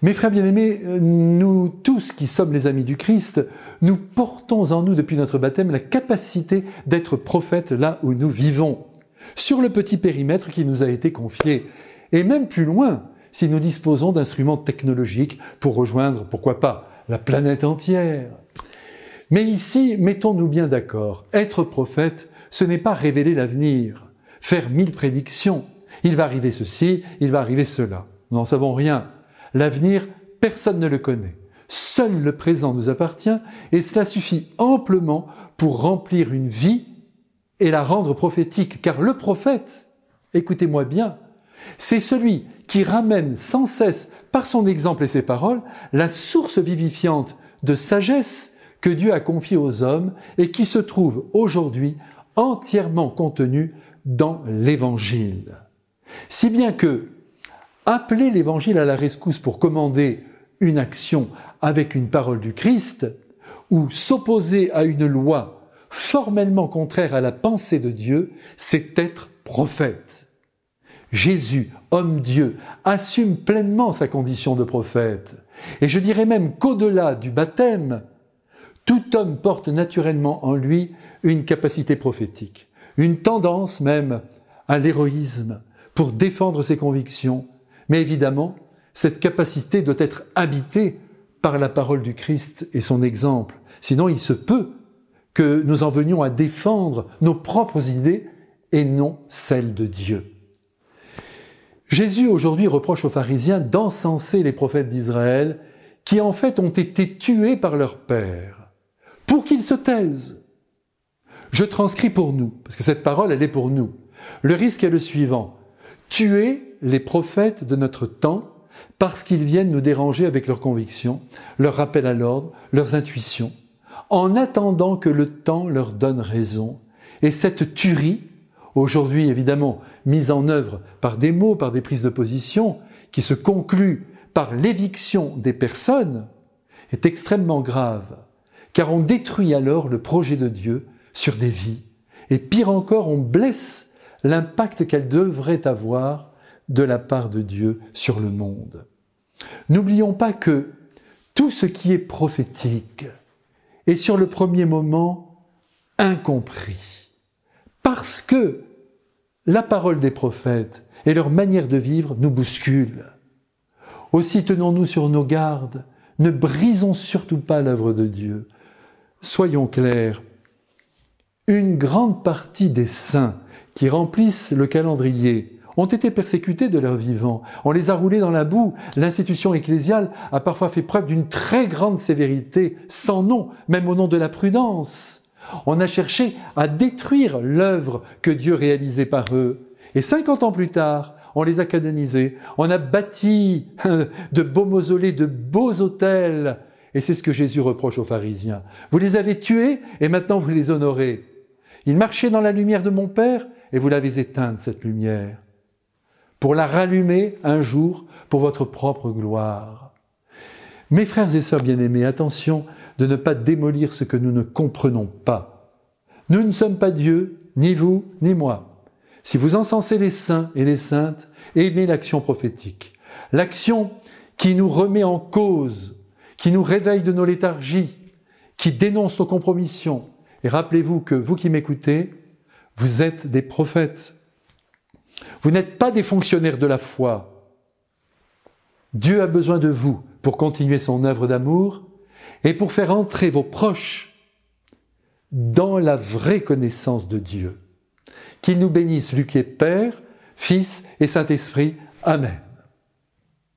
Mes frères bien-aimés, nous tous qui sommes les amis du Christ, nous portons en nous depuis notre baptême la capacité d'être prophètes là où nous vivons, sur le petit périmètre qui nous a été confié, et même plus loin, si nous disposons d'instruments technologiques pour rejoindre, pourquoi pas, la planète entière. Mais ici, mettons-nous bien d'accord, être prophète, ce n'est pas révéler l'avenir, faire 1000 prédictions. Il va arriver ceci, il va arriver cela. Nous n'en savons rien. L'avenir, personne ne le connaît. Seul le présent nous appartient et cela suffit amplement pour remplir une vie et la rendre prophétique. Car le prophète, écoutez-moi bien, c'est celui qui ramène sans cesse, par son exemple et ses paroles, la source vivifiante de sagesse que Dieu a confiée aux hommes et qui se trouve aujourd'hui entièrement contenue dans l'Évangile. Si bien que appeler l'Évangile à la rescousse pour commander une action avec une parole du Christ, ou s'opposer à une loi formellement contraire à la pensée de Dieu, c'est être prophète. Jésus, homme-Dieu, assume pleinement sa condition de prophète. Et je dirais même qu'au-delà du baptême, tout homme porte naturellement en lui une capacité prophétique, une tendance même à l'héroïsme pour défendre ses convictions. Mais évidemment, cette capacité doit être habitée par la parole du Christ et son exemple. Sinon, il se peut que nous en venions à défendre nos propres idées et non celles de Dieu. Jésus aujourd'hui reproche aux pharisiens d'encenser les prophètes d'Israël qui en fait ont été tués par leur père, pour qu'ils se taisent. Je transcris pour nous, parce que cette parole, elle est pour nous. Le risque est le suivant, tuer les prophètes de notre temps parce qu'ils viennent nous déranger avec leurs convictions, leurs rappels à l'ordre, leurs intuitions, en attendant que le temps leur donne raison. Et cette tuerie, aujourd'hui évidemment mise en œuvre par des mots, par des prises de position, qui se conclut par l'éviction des personnes, est extrêmement grave, car on détruit alors le projet de Dieu sur des vies, et pire encore, on blesse l'impact qu'elle devrait avoir de la part de Dieu sur le monde. N'oublions pas que tout ce qui est prophétique est sur le premier moment incompris, parce que la parole des prophètes et leur manière de vivre nous bousculent. Aussi tenons-nous sur nos gardes, ne brisons surtout pas l'œuvre de Dieu. Soyons clairs, une grande partie des saints qui remplissent le calendrier ont été persécutés de leur vivant. On les a roulés dans la boue. L'institution ecclésiale a parfois fait preuve d'une très grande sévérité, sans nom, même au nom de la prudence. On a cherché à détruire l'œuvre que Dieu réalisait par eux. Et 50 ans plus tard, on les a canonisés. On a bâti de beaux mausolées, de beaux autels. Et c'est ce que Jésus reproche aux pharisiens. Vous les avez tués et maintenant vous les honorez. Ils marchaient dans la lumière de mon Père et vous l'avez éteinte, cette lumière, pour la rallumer un jour pour votre propre gloire. Mes frères et sœurs bien-aimés, attention de ne pas démolir ce que nous ne comprenons pas. Nous ne sommes pas Dieu, ni vous, ni moi. Si vous encensez les saints et les saintes, aimez l'action prophétique. L'action qui nous remet en cause, qui nous réveille de nos léthargies, qui dénonce nos compromissions. Et rappelez-vous que vous qui m'écoutez, vous êtes des prophètes. Vous n'êtes pas des fonctionnaires de la foi. Dieu a besoin de vous pour continuer son œuvre d'amour et pour faire entrer vos proches dans la vraie connaissance de Dieu. Qu'il nous bénisse, lui qui est Père, Fils et Saint-Esprit. Amen.